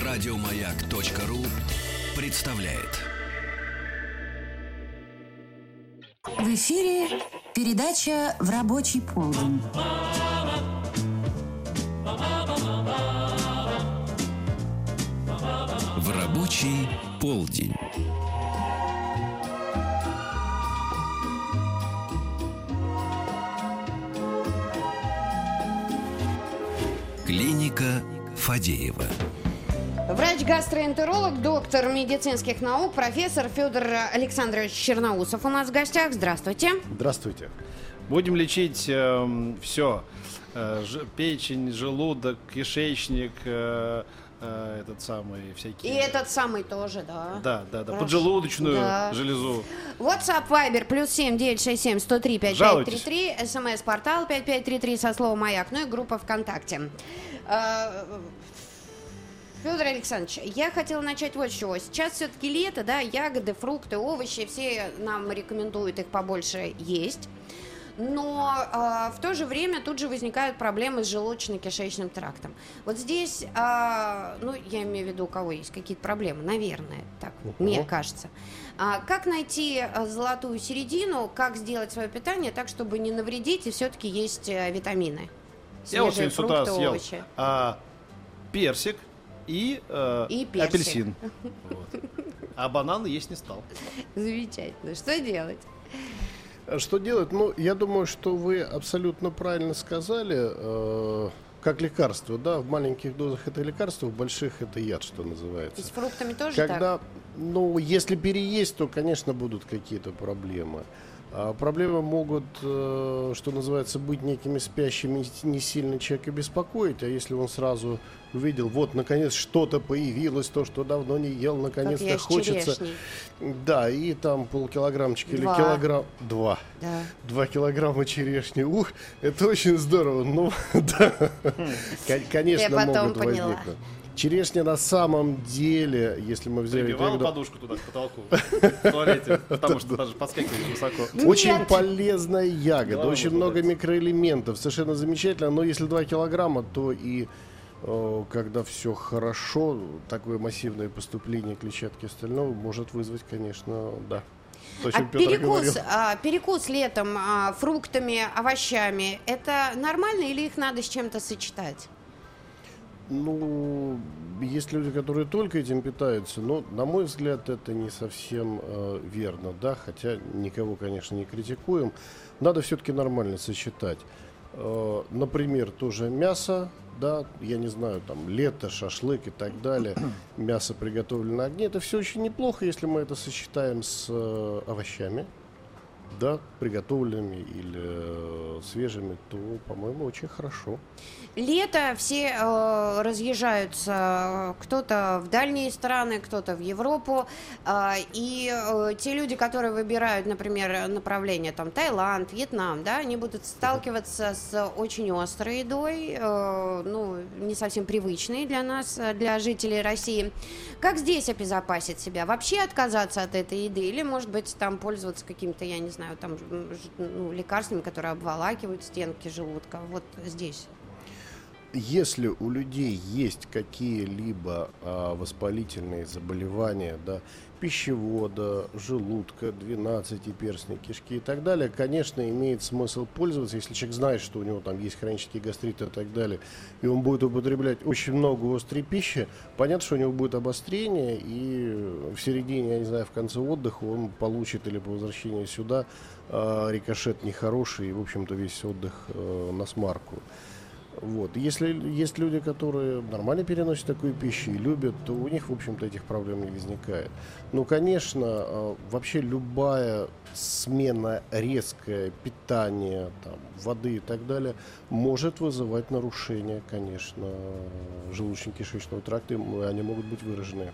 Радиомаяк.ру представляет. В эфире передача «В рабочий полдень». В рабочий полдень. Клиника Фадеева. Врач-гастроэнтеролог, доктор медицинских наук, профессор Федор Александрович Черноусов у нас в гостях. Здравствуйте. Здравствуйте. Будем лечить все. Печень, желудок, кишечник, этот самый всякие. И этот самый тоже, да. Да. Поджелудочную железу. WhatsApp, Viber, +7 967 103 5533, СМС-портал 5533 со словом «Маяк», ну и группа ВКонтакте. Федор Александрович, я хотела начать вот с чего. Сейчас все-таки лето, да, ягоды, фрукты, овощи, все нам рекомендуют их побольше есть. Но в то же время тут же возникают проблемы с желудочно-кишечным трактом. Вот здесь, я имею в виду, у кого есть какие-то проблемы, наверное, так мне кажется. Как найти золотую середину, как сделать свое питание так, чтобы не навредить и все-таки есть витамины? Я вот сегодня Свежие с утра фрукты, съел овощи. персик и персик. апельсин. Вот. А бананы есть не стал. Замечательно. Что делать? Что делать? Ну, я думаю, что вы абсолютно правильно сказали. Как лекарство, да, в маленьких дозах это лекарство, в больших это яд, что называется. И с фруктами тоже Когда, так? Если переесть, то, конечно, будут какие-то проблемы. Проблемы могут, что называется, быть некими спящими, не сильно человека беспокоить, а если он сразу увидел, вот, наконец, что-то появилось, то, что давно не ел, наконец-то хочется. Черешней. Да, и там полкилограммчика или 2. килограмм, 2. Да. 2 килограмма черешни. Это очень здорово. Ну, да, конечно, Я потом могут поняла. возникнуть. Черешня на самом деле, если мы взяли... Прибивала подушку туда к потолку в туалете, потому что даже подскакивает высоко. Очень полезная ягода, Голова очень много микроэлементов, совершенно замечательно. Но если 2 килограмма, то и когда все хорошо, такое массивное поступление клетчатки и остального может вызвать, конечно, да. То, чем Петр говорил. Перекус летом фруктами, овощами, это нормально или их надо с чем-то сочетать? Ну, есть люди, которые только этим питаются, но, на мой взгляд, это не совсем верно, да, хотя никого, конечно, не критикуем. Надо все-таки нормально сочетать. Например, тоже мясо, да, я не знаю, там, лето, шашлык и так далее, мясо, приготовленное на огне, это все очень неплохо, если мы это сочетаем с овощами, да, приготовленными или свежими, то, по-моему, очень хорошо. Лето, все разъезжаются, кто-то в дальние страны, кто-то в Европу, и те люди, которые выбирают, например, направление, там, Таиланд, Вьетнам, да, они будут сталкиваться с очень острой едой, не совсем привычной для нас, для жителей России. Как здесь обезопасить себя? Вообще отказаться от этой еды или, может быть, там пользоваться какими-то, я не знаю, там, лекарствами, которые обволакивают стенки желудка, вот здесь? Если у людей есть какие-либо воспалительные заболевания, да, пищевода, желудка, двенадцатиперстной кишки и так далее, конечно, имеет смысл пользоваться, если человек знает, что у него там есть хронический гастрит и так далее, и он будет употреблять очень много острой пищи, понятно, что у него будет обострение, и в середине, я не знаю, в конце отдыха он получит или по возвращении сюда рикошет нехороший, и, в общем-то, весь отдых насмарку. Вот. Если есть люди, которые нормально переносят такую пищу и любят, то у них, в общем-то, этих проблем не возникает. Ну, конечно, вообще любая смена резкая питания, там, воды и так далее может вызывать нарушение, конечно, желудочно-кишечного тракта, и они могут быть выражены.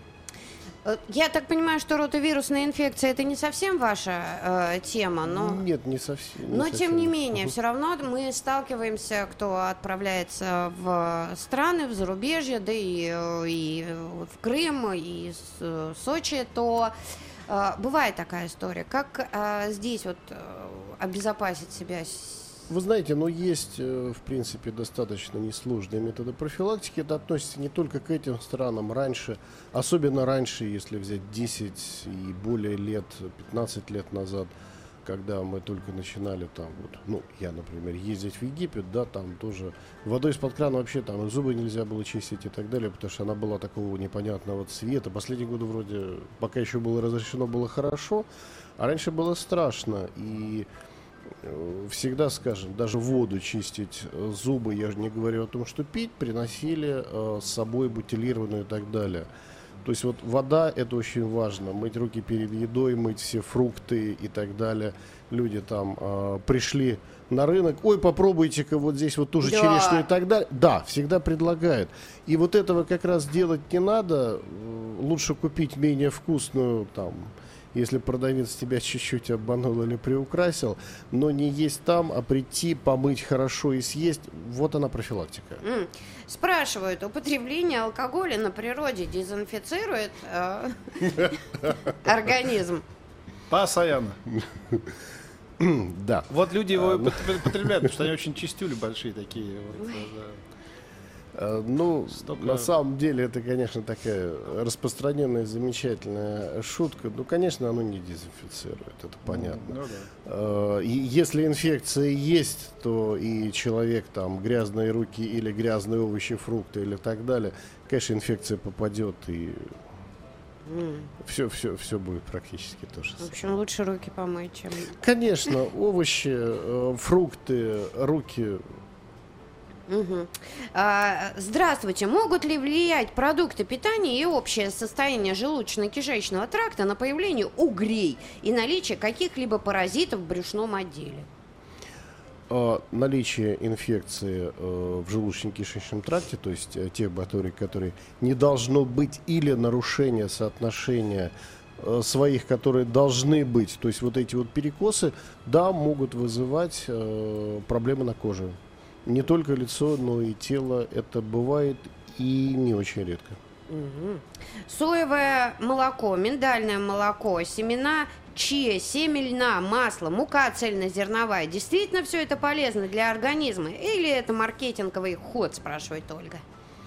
Я так понимаю, что ротовирусная инфекция это не совсем ваша тема, но... Нет, не совсем. Но тем не менее, все равно мы сталкиваемся, кто отправляется в страны, в зарубежье, да и в Крым, и Сочи, то бывает такая история. Как здесь вот обезопасить себя Вы знаете, есть, в принципе, достаточно несложные методы профилактики. Это относится не только к этим странам. Раньше, особенно раньше, если взять 10 и более лет, 15 лет назад, когда мы только начинали там, я, например, ездить в Египет, да, там тоже водой из-под крана вообще там и зубы нельзя было чистить и так далее, потому что она была такого непонятного цвета. Последние годы вроде, пока еще было разрешено, было хорошо, а раньше было страшно. И всегда, скажем, даже воду чистить, зубы, я же не говорю о том, что пить, приносили с собой бутилированную и так далее. То есть вода — это очень важно. Мыть руки перед едой, мыть все фрукты и так далее. Люди там пришли на рынок, ой, попробуйте-ка вот здесь вот ту же черешню и так далее. Да, всегда предлагают. И вот этого как раз делать не надо. Лучше купить менее вкусную там, если продавец тебя чуть-чуть обманул или приукрасил, но не есть там, а прийти, помыть хорошо и съесть. Вот она профилактика. Спрашивают, употребление алкоголя на природе дезинфицирует организм? Постоянно. Да. Вот люди его потребляют, потому что они очень чистюли большие такие. На самом деле, это, конечно, такая распространенная, замечательная шутка. Конечно, оно не дезинфицирует, это понятно. И если инфекция есть, то и человек там грязные руки или грязные овощи, фрукты или так далее, конечно, инфекция попадет и все будет практически то же самое. В общем, лучше руки помыть, чем... Конечно, овощи, фрукты, руки... Здравствуйте. Могут ли влиять продукты питания и общее состояние желудочно-кишечного тракта на появление угрей и наличие каких-либо паразитов в брюшном отделе? Наличие инфекции в желудочно-кишечном тракте, то есть тех бактерий, которые не должно быть, или нарушение соотношения своих, которые должны быть, то есть вот эти вот перекосы, да, могут вызывать проблемы на коже. Не только лицо, но и тело. Это бывает и не очень редко. Соевое молоко, миндальное молоко, семена чиа, семя льна, масло, мука цельнозерновая. Действительно все это полезно для организма? Или это маркетинговый ход, спрашивает Ольга?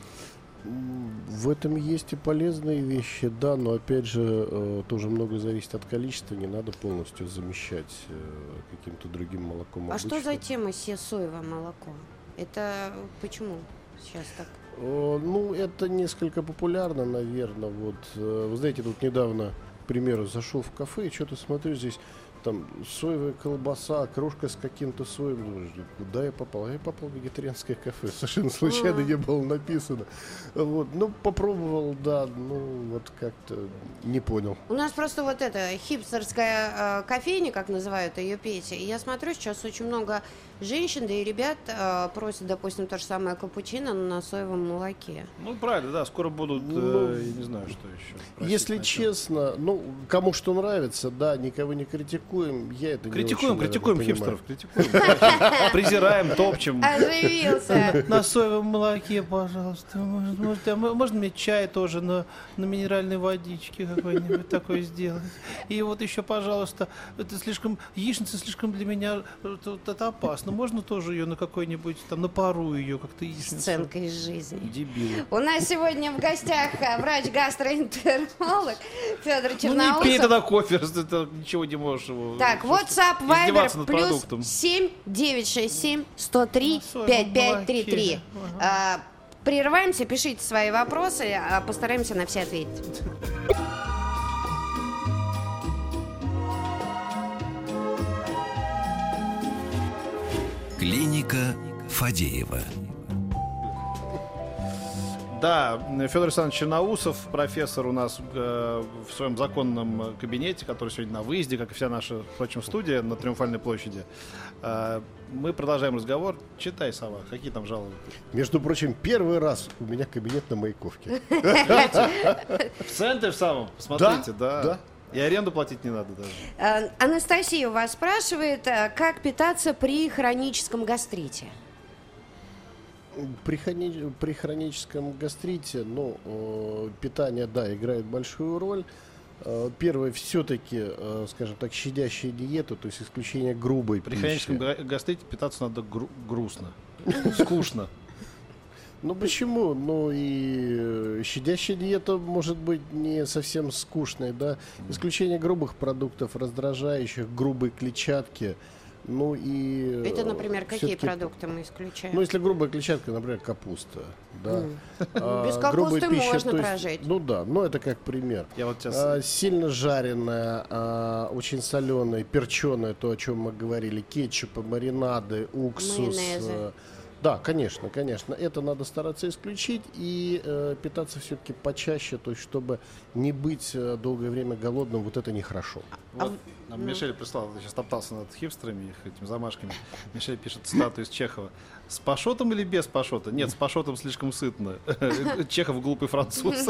В этом есть и полезные вещи, да, но опять же тоже много зависит от количества, не надо полностью замещать каким-то другим молоком. А что за тема соевое молоко? Это почему сейчас так? Это несколько популярно, наверное. Вы знаете, тут недавно, к примеру, зашел в кафе и что-то смотрю, здесь там соевая колбаса, кружка с каким-то соем. Думаю, куда я попал? Я попал в вегетарианское кафе. Совершенно случайно не было написано. Попробовал, да, как-то не понял. У нас просто хипстерская кофейня, как называют ее Петя. И я смотрю, сейчас очень много женщин, да и ребят просят, допустим, то же самое капучино на соевом молоке. Правильно, да, скоро будут, я не знаю, что еще. Если честно, кому что нравится, да, никого не критикуем, я это критикуем, не очень, критикуем хипстеров, критикуем. Презираем, топчем. Оживился. На соевом молоке, пожалуйста. Можно мне чай тоже на минеральной водичке какой-нибудь такой сделать. И вот еще, пожалуйста, это яичница слишком для меня это опасно. Можно тоже ее на какой-нибудь, там, на пару ее как-то яичницу. Сценка из жизни. Дебилы. У нас сегодня в гостях врач-гастроэнтеролог Федор Не Черноусов. пей тогда кофе, раз ты ничего не можешь его... Так, WhatsApp, Viber, плюс продуктом. 7 967 103 5533. Прерываемся, пишите свои вопросы, постараемся на все ответить. Клиника Фадеева. Да, Федор Александрович Черноусов, профессор у нас в своем законном кабинете, который сегодня на выезде, как и вся наша, впрочем, студия на Триумфальной площади. Мы продолжаем разговор. Читай, Сова, какие там жалобы? Между прочим, первый раз у меня кабинет на Маяковке. В центре в самом? Смотрите, да. И аренду платить не надо даже. Анастасия у вас спрашивает, как питаться при хроническом гастрите? При хроническом гастрите, питание, да, играет большую роль. Первое, все-таки, скажем так, щадящая диета, то есть исключение грубой При пищи. хроническом гастрите питаться надо грустно, скучно. Ну почему? Ну и щадящая диета может быть не совсем скучной, да. Исключение грубых продуктов, раздражающих, грубой клетчатки. Ну и... Это, например, какие всё-таки, продукты мы исключаем? ну, если грубая клетчатка, например, капуста, да. Без Грубая капусты пища, можно то есть, прожить. ну да, но это как пример. Я вот сейчас... Сильно жареная, очень соленая, перченая, то, о чем мы говорили, кетчупы, маринады, уксус. Майонезы. Да, конечно, конечно. Это надо стараться исключить и питаться все-таки почаще, то есть чтобы не быть долгое время голодным, вот это нехорошо. Вот нам Мишель прислал, я сейчас топтался над хипстерами, их этими замашками. Мишель пишет цитату из Чехова. С пашотом или без пашота? Нет, с пашотом слишком сытно. Чехов глупый француз.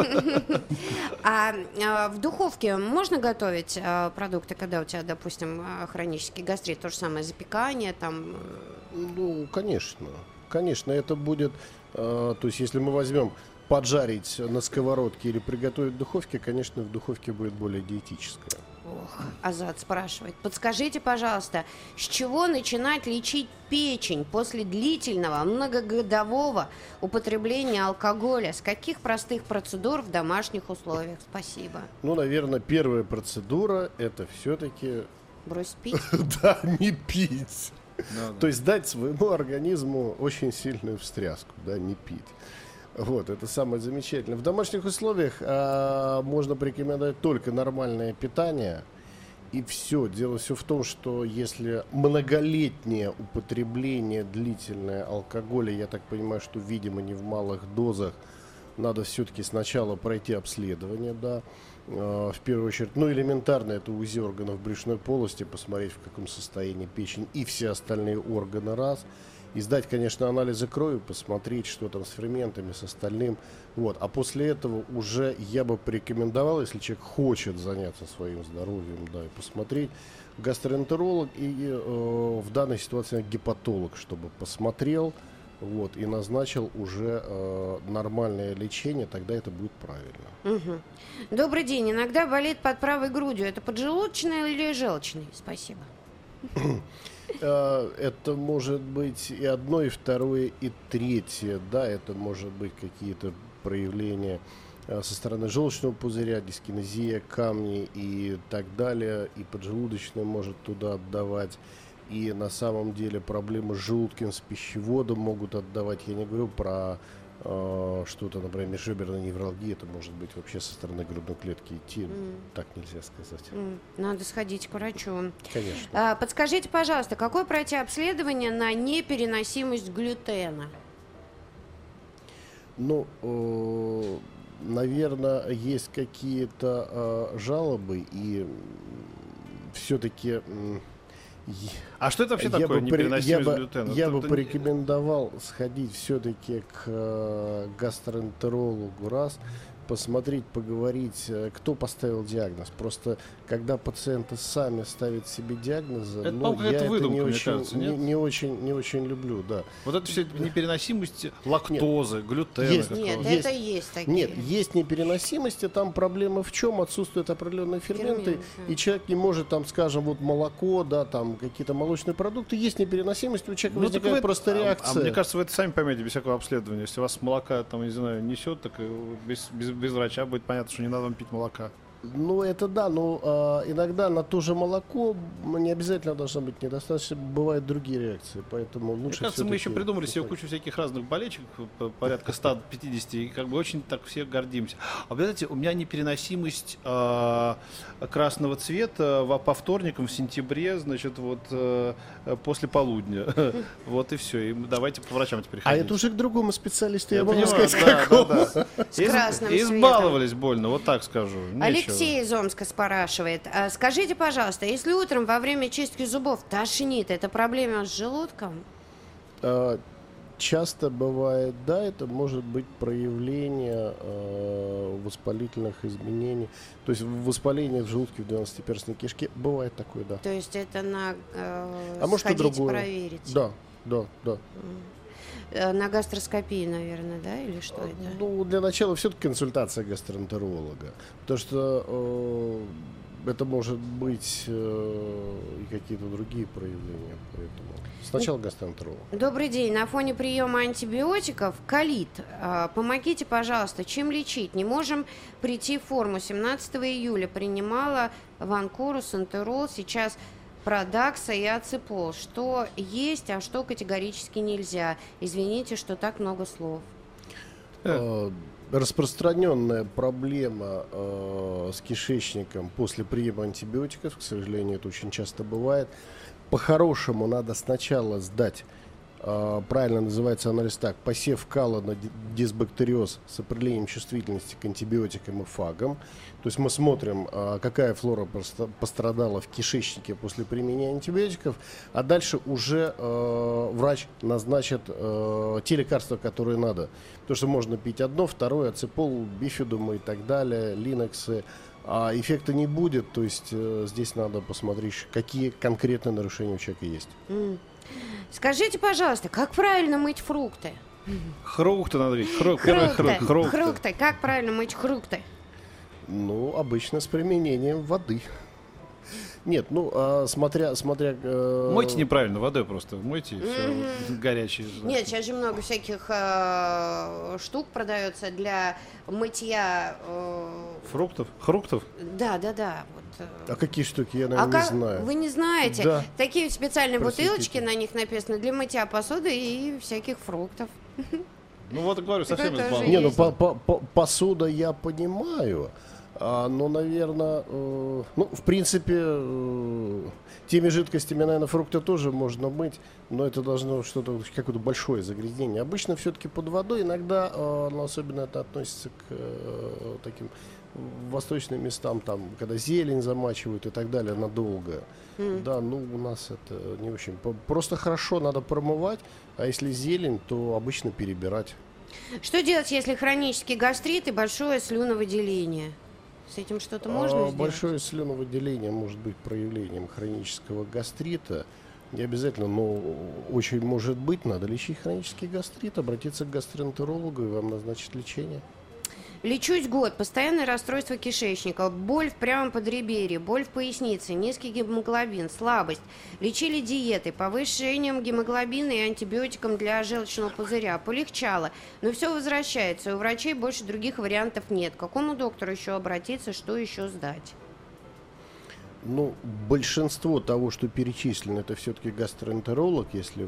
А в духовке можно готовить продукты, когда у тебя, допустим, хронический гастрит? То же самое запекание, там... Ну, конечно. Конечно, это будет, то есть если мы возьмем поджарить на сковородке или приготовить в духовке, конечно, в духовке будет более диетическое. Ох, Азат спрашивает. Подскажите, пожалуйста, с чего начинать лечить печень после длительного, многогодового употребления алкоголя? С каких простых процедур в домашних условиях? Спасибо. Ну, наверное, первая процедура – это все-таки, Брось пить. да, не пить. То есть дать своему организму очень сильную встряску, да, не пить. Вот, это самое замечательное. В домашних условиях можно порекомендовать только нормальное питание. И все. Дело все в том, что если многолетнее употребление длительное алкоголя, я так понимаю, что, видимо, не в малых дозах, надо все-таки сначала пройти обследование, да, в первую очередь, ну, элементарно, это УЗИ органов брюшной полости, посмотреть, в каком состоянии печень и все остальные органы, раз, и сдать, конечно, анализы крови, посмотреть, что там с ферментами, с остальным, вот, а после этого уже я бы порекомендовал, если человек хочет заняться своим здоровьем, да, и посмотреть, гастроэнтеролог и в данной ситуации гепатолог, чтобы посмотрел, вот, и назначил уже нормальное лечение, тогда это будет правильно. Угу. Добрый день. Иногда болит под правой грудью. Это поджелудочный или желчный? Спасибо. Это может быть и одно, и второе, и третье. Да, это может быть какие-то проявления со стороны желчного пузыря, дискинезия, камни и так далее. И поджелудочный может туда отдавать. И на самом деле проблемы с желудком, с пищеводом могут отдавать. Я не говорю про что-то, например, межреберная невралгия. Это может быть вообще со стороны грудной клетки идти. Так нельзя сказать. Надо сходить к врачу. Конечно. Подскажите, пожалуйста, какое пройти обследование на непереносимость глютена? Ну, наверное, есть какие-то жалобы, и все-таки... А что это вообще такое, непереносимость глютена? Я бы порекомендовал сходить все-таки к гастроэнтерологу, раз, посмотреть, поговорить, кто поставил диагноз. Просто когда пациенты сами ставят себе диагнозы, это, ну, я это выдумка, не мне очень, кажется, нет? не очень люблю, да. Вот это все непереносимость лактозы, глютена. Есть. Нет, Есть. это есть такие. Нет, есть непереносимости, там проблема в чем? Отсутствуют определенные ферменты, и человек не может, там, скажем, вот молоко, да, там какие-то молочные продукты, есть непереносимость, у человека возникает просто реакция. мне кажется, вы это сами поймете без всякого обследования. Если вас молока, там, не знаю, несет, так без врача будет понятно, что не надо вам пить молока. Ну, это да, но иногда на то же молоко не обязательно должно быть недостаточно, бывают другие реакции, поэтому лучше. Мне кажется, мы еще придумали себе кучу всяких разных болячек, порядка 150, и как бы очень так все гордимся. А вы знаете, у меня непереносимость красного цвета по вторникам в сентябре, значит, вот после полудня. Вот и все. И давайте по врачам теперь ходить. А это уже к другому специалисту, я могу понимаю, сказать, да. С красным Избаловались больно, вот так скажу. Алексей из Омска спрашивает. Скажите, пожалуйста, если утром во время чистки зубов тошнит, это проблема с желудком? Часто бывает, да, это может быть проявление воспалительных изменений. То есть воспаление в желудке, в 12-перстной кишке. Бывает такое, да. То есть это может и сходить другое. проверить? Да. на гастроскопии, наверное, да, или что это? Ну, для начала все-таки консультация гастроэнтеролога. Потому что это может быть и какие-то другие проявления. Поэтому сначала гастроэнтеролог. Добрый день. На фоне приема антибиотиков колит. Помогите, пожалуйста, чем лечить? Не можем прийти в форму. 17 июля принимала ванкурус, энтерол, сейчас продакса и ацепол. Что есть, а что категорически нельзя? Извините, что так много слов. Распространенная проблема с кишечником после приема антибиотиков, к сожалению, это очень часто бывает. По-хорошему надо сначала сдать, правильно называется анализ так, посев кала на дисбактериоз с определением чувствительности к антибиотикам и фагам. То есть мы смотрим, какая флора пострадала в кишечнике после применения антибиотиков, а дальше уже врач назначит те лекарства, которые надо. Потому что можно пить одно, второе, ацепол, бифидумы и так далее, линоксы. А эффекта не будет, то есть здесь надо посмотреть, какие конкретные нарушения у человека есть. Скажите, пожалуйста, как правильно мыть фрукты? Хрукты надо видеть. Хрукты. Как правильно мыть фрукты? Ну, обычно с применением воды. Нет, ну, смотря... Мойте неправильно, водой просто мойте, все горячее. Нет, сейчас же много всяких штук продается для мытья... Фруктов? Хруктов? Да. Вот, А какие штуки, я, наверное, не знаю. Вы не знаете? Да. Такие специальные Просветите. бутылочки, на них написано для мытья посуды и всяких фруктов. Ну вот, говорю, совсем Такое тоже избалован. Не, есть. ну посуда я понимаю, но, наверное, ну, в принципе, теми жидкостями, наверное, фрукты тоже можно мыть, но это должно что-то, какое-то большое загрязнение. Обычно все-таки под водой, иногда, но особенно это относится к таким восточным местам, там, когда зелень замачивают и так далее надолго. Да, ну, у нас это не очень. Просто хорошо надо промывать, а если зелень, то обычно перебирать. Что делать, если хронический гастрит и большое слюновыделение? С этим что-то можно сделать? Большое слюновыделение может быть проявлением хронического гастрита. Не обязательно, но очень может быть. Надо лечить хронический гастрит, обратиться к гастроэнтерологу, и вам назначат лечение. Лечусь год. Постоянное расстройство кишечника, боль в прямом подреберье, боль в пояснице, низкий гемоглобин, слабость. Лечили диетой, повышением гемоглобина и антибиотиком для желчного пузыря. Полегчало, но все возвращается. У врачей больше других вариантов нет. К какому доктору еще обратиться, что еще сдать? Ну, большинство того, что перечислено, это все-таки гастроэнтеролог. Если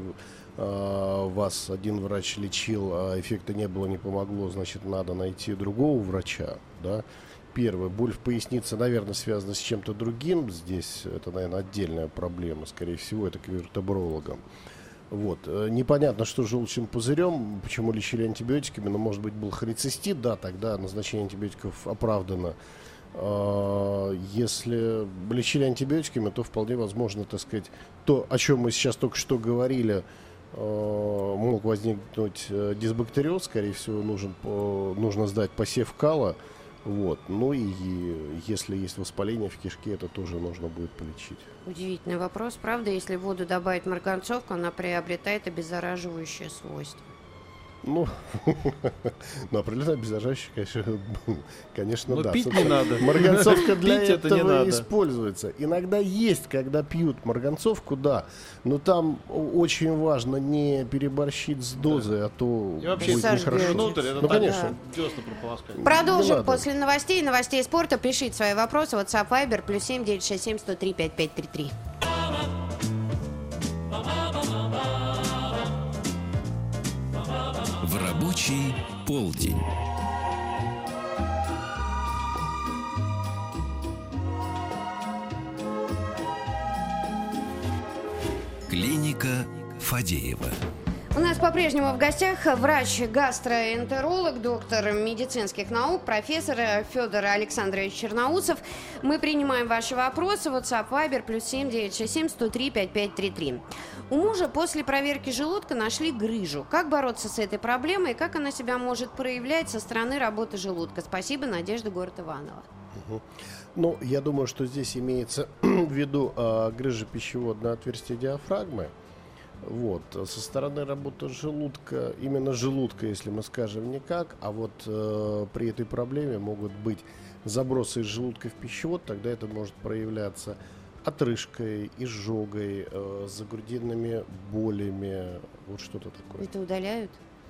вас один врач лечил, а эффекта не было, не помогло, значит, надо найти другого врача. Да? Первое, боль в пояснице, наверное, связана с чем-то другим. Здесь это, наверное, отдельная проблема. Скорее всего, это к вертебрологам. Вот. Непонятно, что с желчным пузырем, почему лечили антибиотиками, но, может быть, был холецистит, да, тогда назначение антибиотиков оправдано. Если лечили антибиотиками, то вполне возможно, так сказать, то, о чем мы сейчас только что говорили, мог возникнуть дисбактериоз, скорее всего, нужно сдать посев кала. Вот. Ну и если есть воспаление в кишке, это тоже нужно будет полечить. Удивительный вопрос. Правда, если в воду добавить марганцовку, она приобретает обеззараживающее свойство? Ну, определенно обеззараживающее, конечно, Но да. пить не надо. Марганцовка для Пить это не этого надо. используется. Иногда есть, когда пьют марганцовку, да, но там очень важно не переборщить с дозой, а то И вообще, будет нехорошо. внутрь, это Ну, так, конечно. десна прополоскать. Не Продолжим надо. после новостей спорта. Пишите свои вопросы. WhatsApp, Viber, +7 967 103 5533. В рабочий полдень. Клиника Фадеева. У нас по-прежнему в гостях врач-гастроэнтеролог, доктор медицинских наук, профессор Федор Александрович Черноусов. Мы принимаем ваши вопросы. WhatsApp, Viber, +7 967 103 5533. У мужа после проверки желудка нашли грыжу. Как бороться с этой проблемой и как она себя может проявлять со стороны работы желудка? Спасибо, Надежда, город Иваново. Ну, я думаю, что здесь имеется в виду грыжа пищеводного отверстия диафрагмы. Вот. Со стороны работы желудка, именно желудка, если мы скажем, никак, а вот при этой проблеме могут быть забросы из желудка в пищевод, тогда это может проявляться отрыжкой, изжогой, загрудинными болями, вот что-то такое. Это удаляют?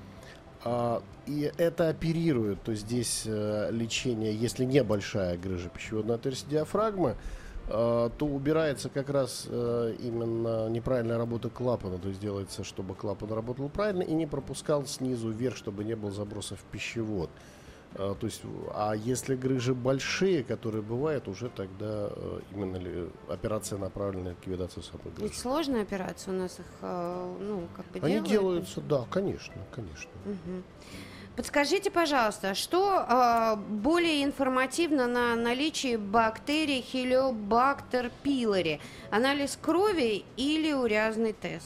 И это оперируют, то есть здесь лечение, если небольшая грыжа пищеводной отверстия диафрагмы, то убирается как раз именно неправильная работа клапана, то есть делается, чтобы клапан работал правильно и не пропускал снизу вверх, чтобы не было забросов в пищевод. То есть, а если грыжи большие, которые бывают, уже тогда именно операция направлена на ликвидацию самой грыжи. Ведь сложная операция у нас их, как бы Они делают. делаются, да, конечно. Угу. Подскажите, пожалуйста, что более информативно на наличии бактерий Helicobacter pylori? Анализ крови или уреазный тест?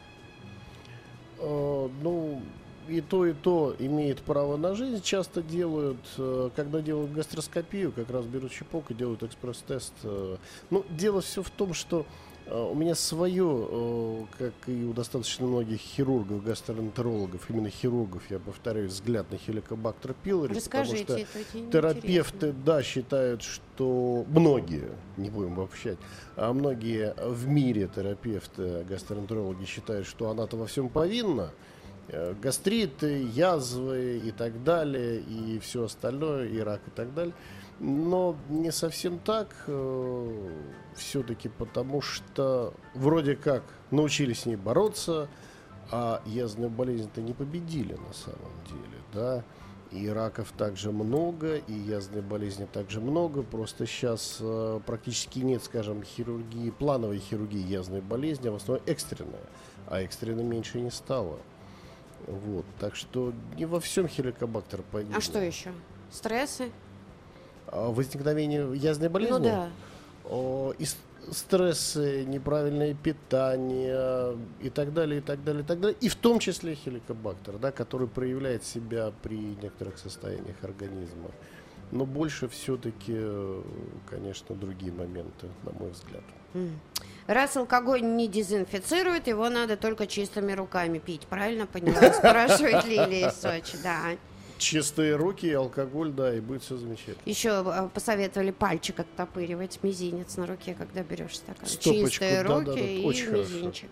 И то имеет право на жизнь. Часто делают, когда делают гастроскопию, как раз берут щипок и делают экспресс-тест. Дело все в том, что у меня свое, как и у достаточно многих хирургов, гастроэнтерологов, именно хирургов, я повторяюсь, взгляд на Helicobacter pylori. Расскажите, потому это что очень терапевты, интересно. считают, что многие, не будем обобщать, а многие в мире терапевты, гастроэнтерологи считают, что она-то во всем повинна. Гастриты, язвы и так далее, и все остальное, и рак и так далее. Но не совсем так, все-таки потому что вроде как научились с ней бороться, а язвенную болезнь-то не победили на самом деле, да. И раков также много, и язвенной болезни также много, просто сейчас практически нет, скажем, хирургии, плановой хирургии язвенной болезни, а в основном экстренная, а экстренной меньше не стало. Вот, так что не во всем хеликобактер повинен. А что еще? Стрессы? Возникновение язвенной болезни? Ну да. И стрессы, неправильное питание и так далее, и так далее, и так далее. И в том числе хеликобактер, да, который проявляет себя при некоторых состояниях организма. Но больше все-таки, конечно, другие моменты, на мой взгляд. Раз алкоголь не дезинфицирует, его надо только чистыми руками пить. Правильно поняла? Спрашивает Лилия из Сочи, да. Чистые руки, алкоголь, да, и будет все замечательно. Еще посоветовали пальчик оттопыривать, мизинец на руке, когда берешь стакан. Стопочку, чистые руки да, и очень мизинчик.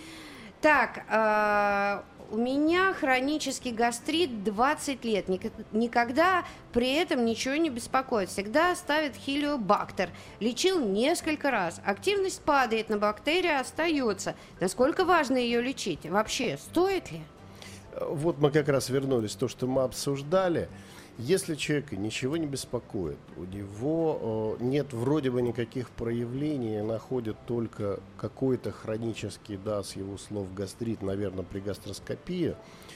Так, у меня хронический гастрит 20 лет. Никогда при этом ничего не беспокоит. Всегда ставит хелиобактер. Лечил несколько раз. Активность падает, но бактерия остается. Насколько важно ее лечить? Вообще, стоит ли? Вот мы как раз вернулись, то, что мы обсуждали. Если человека ничего не беспокоит, у него нет вроде бы никаких проявлений, находят только какой-то хронический, да, с его слов, гастрит, наверное, при гастроскопии,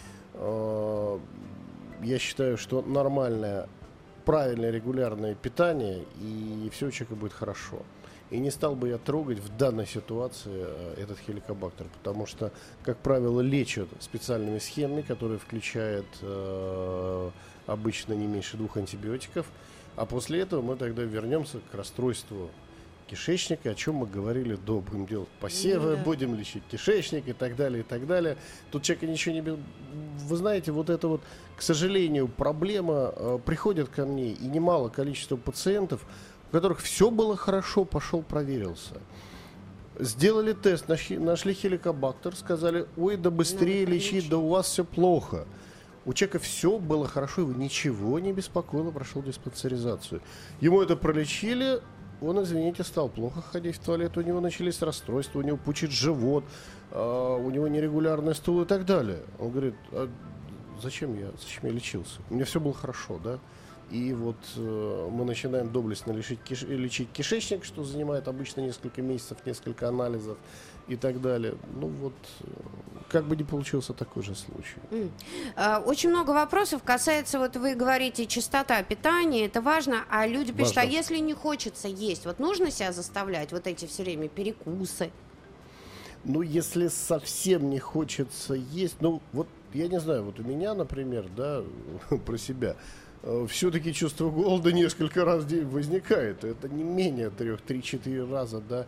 я считаю, что нормальное, правильное, регулярное питание, и все у человека будет хорошо. И не стал бы я трогать в данной ситуации этот хеликобактер, потому что, как правило, лечат специальными схемами, которые включают обычно не меньше 2 антибиотиков. А после этого мы тогда вернемся к расстройству кишечника, о чем мы говорили до. Будем делать посевы, будем лечить кишечник и так далее, и так далее. Тут человека ничего не... Вы знаете, вот это вот, к сожалению, проблема приходит ко мне, и немало количество пациентов, у которых все было хорошо, пошел, проверился. Сделали тест, нашли хеликобактер, сказали, ой, да быстрее лечить, да у вас все плохо. У человека все было хорошо, его ничего не беспокоило, прошел диспансеризацию. Ему это пролечили, он, извините, стал плохо ходить в туалет, у него начались расстройства, у него пучит живот, у него нерегулярный стул и так далее. Он говорит, а зачем я лечился? У меня все было хорошо, да? И вот мы начинаем доблестно лечить кишечник, что занимает обычно несколько месяцев, несколько анализов и так далее. Ну вот, как бы ни получился такой же случай. Очень много вопросов касается, вот вы говорите, частота питания, это важно, а люди пишут, а если не хочется есть, вот нужно себя заставлять, вот эти все время перекусы? Ну, если совсем не хочется есть, ну, вот, я не знаю, вот у меня, например, да, про себя, все-таки чувство голода несколько раз в день возникает. Это не менее 3-4 раза, да.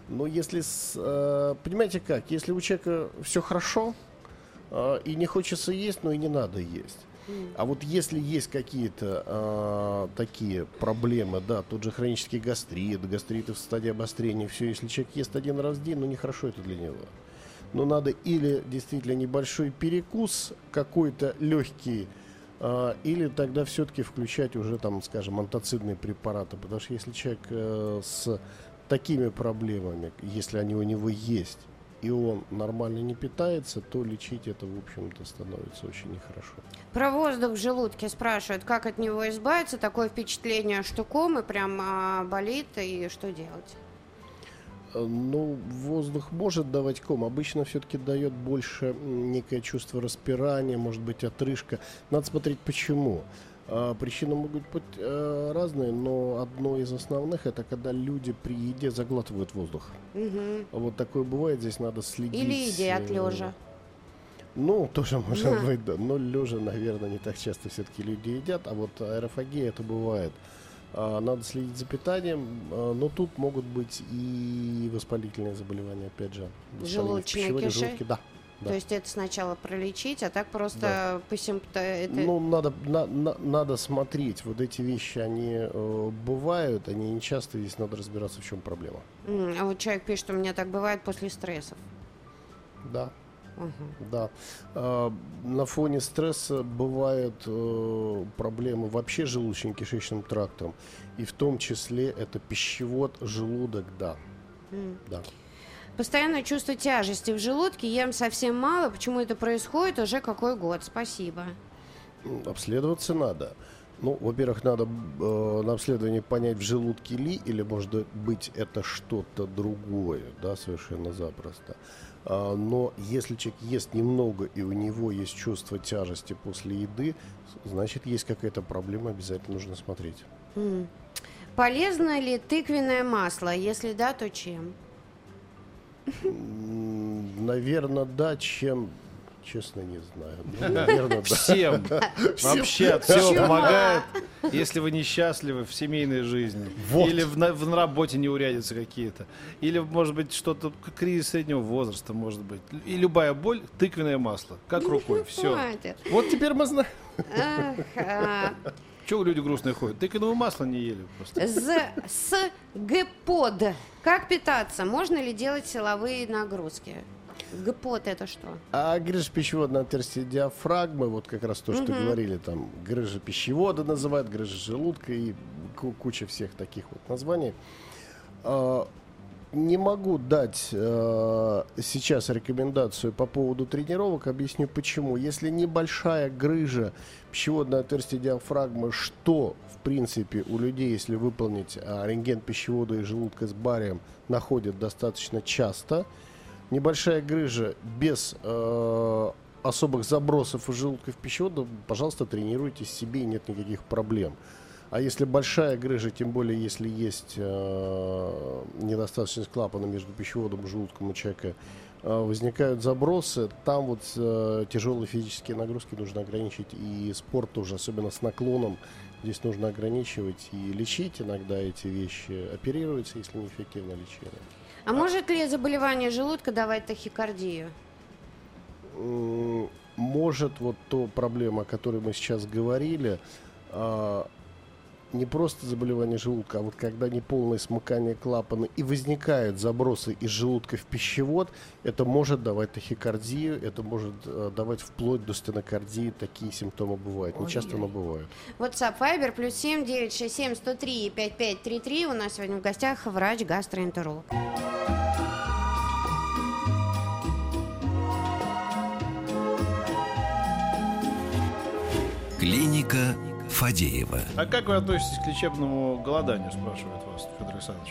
Но если, понимаете как, если у человека все хорошо, и не хочется есть, но и не надо есть. А вот если есть какие-то такие проблемы, да, тот же хронический гастрит, гастриты в стадии обострения, все, если человек ест один раз в день, ну нехорошо это для него. Но надо или действительно небольшой перекус, какой-то легкий, или тогда все-таки включать уже там, скажем, антацидные препараты. Потому что если человек с такими проблемами, если они у него есть, и он нормально не питается, то лечить это, в общем-то, становится очень нехорошо. Про воздух в желудке спрашивают, как от него избавиться. Такое впечатление, что ком и прям болит, и что делать? Ну, воздух может давать ком. Обычно все-таки дает больше некое чувство распирания, может быть, отрыжка. Надо смотреть, почему. Причины могут быть разные, но одно из основных — это когда люди при еде заглатывают воздух. Вот такое бывает, здесь надо следить. Или едят лежа. Ну, тоже может быть, да. Но лежа, наверное, не так часто все-таки люди едят, а вот аэрофагия это бывает. Надо следить за питанием, но тут могут быть и воспалительные заболевания, опять же. Желудочные кишки? Да. То есть это сначала пролечить, а так просто по симптомам... Ну, надо смотреть. Вот эти вещи, они бывают, они не часто, здесь надо разбираться, в чем проблема. А вот человек пишет, что у меня так бывает после стрессов. Да. Да. На фоне стресса бывают проблемы вообще с желудочно-кишечным трактом. И в том числе это пищевод, желудок, да. Да. Постоянное чувство тяжести в желудке, ем совсем мало. Почему это происходит? Уже какой год? Спасибо. Обследоваться надо. Ну, во-первых, надо на обследовании понять, в желудке ли, или, может быть, это что-то другое, да, совершенно запросто. Но если человек ест немного, и у него есть чувство тяжести после еды, значит, есть какая-то проблема, обязательно нужно смотреть. Полезно ли тыквенное масло? Если да, то чем? Наверное, да, чем... Честно, не знаю. Ну, наверное, да. Всем. Вообще от всего помогает, если вы несчастливы в семейной жизни. Вот. Или на работе неурядицы какие-то. Или, может быть, что-то, кризис среднего возраста, может быть. И любая боль, тыквенное масло. Как рукой. Все. Вот теперь мы знаем. Чего люди грустные ходят? Тыквенного масла не ели просто. ГПОД. Как питаться? Можно ли делать силовые нагрузки? ГПОД это что? А грыжа пищеводного отверстия диафрагмы, вот как раз то, что говорили, там грыжа пищевода называют, грыжа желудка и куча всех таких вот названий. Не могу дать сейчас рекомендацию по поводу тренировок, объясню почему. Если небольшая грыжа пищеводного отверстия диафрагмы, что в принципе у людей, если выполнить рентген пищевода и желудка с барием, находят достаточно часто. Небольшая грыжа без особых забросов из желудка в пищевод, пожалуйста, тренируйтесь себе, и нет никаких проблем. А если большая грыжа, тем более если есть недостаточность клапана между пищеводом и желудком у человека, возникают забросы, там вот тяжелые физические нагрузки нужно ограничить, и спорт тоже, особенно с наклоном, здесь нужно ограничивать и лечить иногда эти вещи, оперироваться, если неэффективно лечение. А может ли заболевание желудка давать тахикардию? Может, вот та проблема, о которой мы сейчас говорили, не просто заболевание желудка, а вот когда неполное смыкание клапана и возникают забросы из желудка в пищевод, это может давать тахикардию, это может давать вплоть до стенокардии, такие симптомы бывают, не часто, но бывают. WhatsApp Viber +7 967 103 5533. У нас сегодня в гостях врач-гастроэнтеролог. Клиника Фадеева. А как вы относитесь к лечебному голоданию, спрашивает вас Федор Александрович?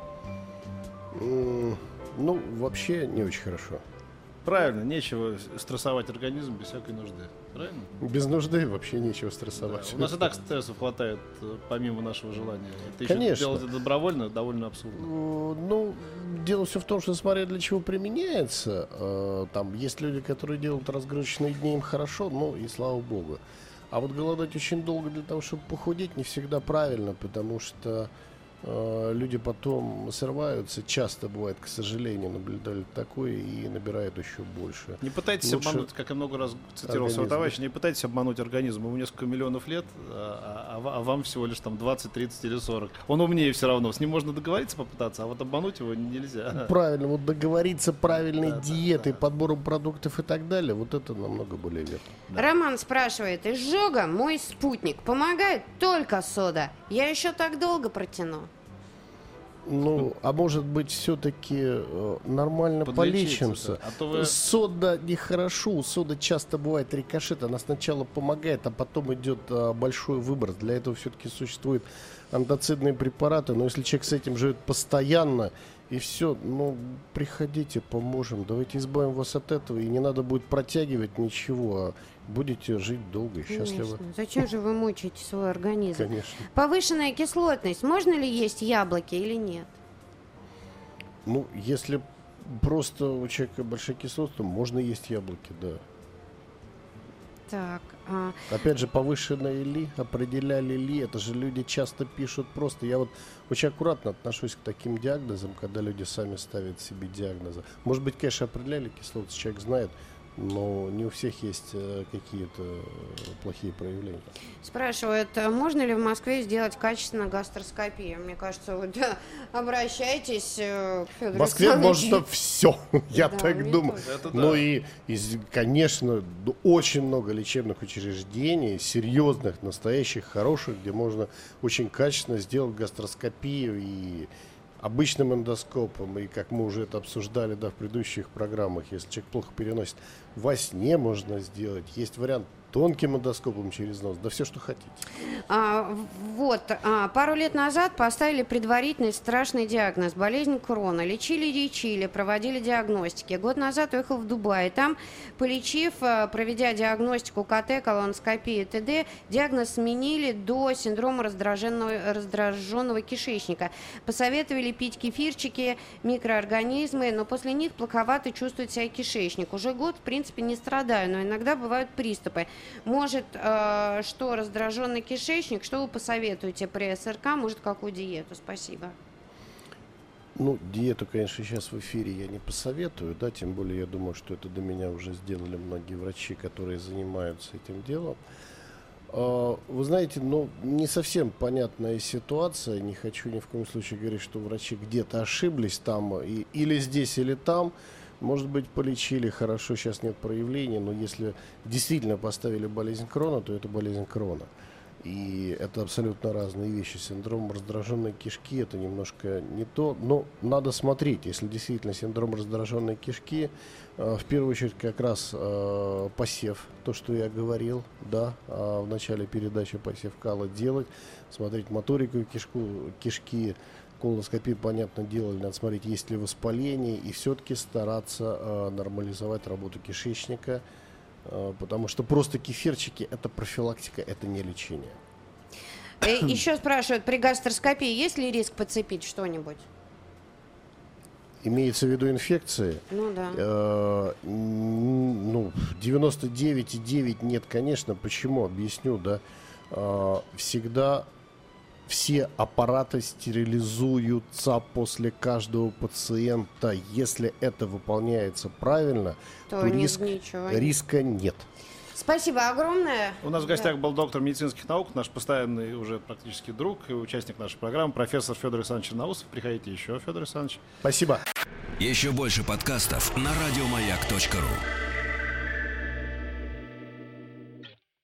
Ну, вообще не очень хорошо. Правильно, нечего стрессовать организм без всякой нужды. Правильно? Без нужды вообще нечего стрессовать. Да. У нас и так стрессов хватает, помимо нашего желания. Это Конечно. еще делать это добровольно, довольно абсурдно. Ну, дело все в том, что смотря для чего применяется. Там есть люди, которые делают разгрузочные дни, им хорошо, ну и слава богу. А вот голодать очень долго для того, чтобы похудеть, не всегда правильно, потому что люди потом срываются. Часто бывает, к сожалению, наблюдали такое и набирают еще больше. Не пытайтесь Лучше обмануть, как я много раз цитировал своего товарища, не пытайтесь обмануть организм. Ему несколько миллионов лет, а вам всего лишь там 20, 30 или 40. Он умнее все равно. С ним можно договориться, попытаться, а вот обмануть его нельзя. Правильно, вот договориться правильной диетой, подбором продуктов и так далее, вот это намного более верно. Роман спрашивает: изжога мой спутник, помогает только сода. Я еще так долго протяну. Ну, а может быть, все-таки нормально полечимся. А то вы... Сода нехорошо, у соды часто бывает рикошет, она сначала помогает, а потом идет большой выброс. Для этого все-таки существуют антоцидные препараты, но если человек с этим живет постоянно, и все, ну, приходите, поможем, давайте избавим вас от этого, и не надо будет протягивать ничего, а будете жить долго и счастливо. Конечно. Зачем же вы мучаете свой организм? Конечно. Повышенная кислотность. Можно ли есть яблоки или нет? Ну, если просто у человека большая кислотность, то можно есть яблоки, да. Так. Опять же, повышенное ли, определяли ли, это же люди часто пишут просто. Я вот очень аккуратно отношусь к таким диагнозам, когда люди сами ставят себе диагнозы. Может быть, конечно, определяли кислотность, человек знает, но не у всех есть какие-то плохие проявления. Спрашивают, можно ли в Москве сделать качественно гастроскопию? Мне кажется, вот обращайтесь к Федору В Москве Александровичу. можно все, я Да, так мне думаю. тоже. Это Ну да. и, конечно, очень много лечебных учреждений, серьезных, настоящих, хороших, где можно очень качественно сделать гастроскопию и обычным эндоскопом, и как мы уже это обсуждали, да, в предыдущих программах, если человек плохо переносит, во сне можно сделать. Есть вариант тонким эндоскопом через нос, да все, что хотите. Пару лет назад поставили предварительный страшный диагноз – болезнь Крона. Лечили, проводили диагностики. Год назад уехал в Дубай. Там, полечив, проведя диагностику КТ, колоноскопию, т.д., диагноз сменили до синдрома раздраженного кишечника. Посоветовали пить кефирчики, микроорганизмы, но после них плоховато чувствует себя кишечник. Уже год, в принципе, не страдаю, но иногда бывают приступы. Может, что раздраженный кишечник? Что вы посоветуете при СРК? Может, какую диету? Спасибо. Ну, диету, конечно, сейчас в эфире я не посоветую, да, тем более я думаю, что это до меня уже сделали многие врачи, которые занимаются этим делом. Вы знаете, ну, не совсем понятная ситуация, не хочу ни в коем случае говорить, что врачи где-то ошиблись там, или здесь, или там. Может быть, полечили хорошо, сейчас нет проявлений, но если действительно поставили болезнь Крона, то это болезнь Крона. И это абсолютно разные вещи. Синдром раздраженной кишки – это немножко не то, но надо смотреть. Если действительно синдром раздраженной кишки, в первую очередь как раз посев, то, что я говорил, да, в начале передачи посев кала делать, смотреть моторику кишки, колоноскопию, понятно, делали, надо смотреть, есть ли воспаление, и все-таки стараться нормализовать работу кишечника, потому что просто кефирчики – это профилактика, это не лечение. Еще спрашивают, при гастроскопии есть ли риск подцепить что-нибудь? Имеется в виду инфекции? Ну да. 99,9 нет, конечно. Почему? Объясню, да. Всегда все аппараты стерилизуются после каждого пациента. Если это выполняется правильно, то риска нет. Спасибо огромное. У нас в гостях был доктор медицинских наук, наш постоянный уже практически друг и участник нашей программы, профессор Федор Александрович Черноусов. Приходите еще, Федор Александрович. Спасибо. Еще больше подкастов на радиомаяк.ру.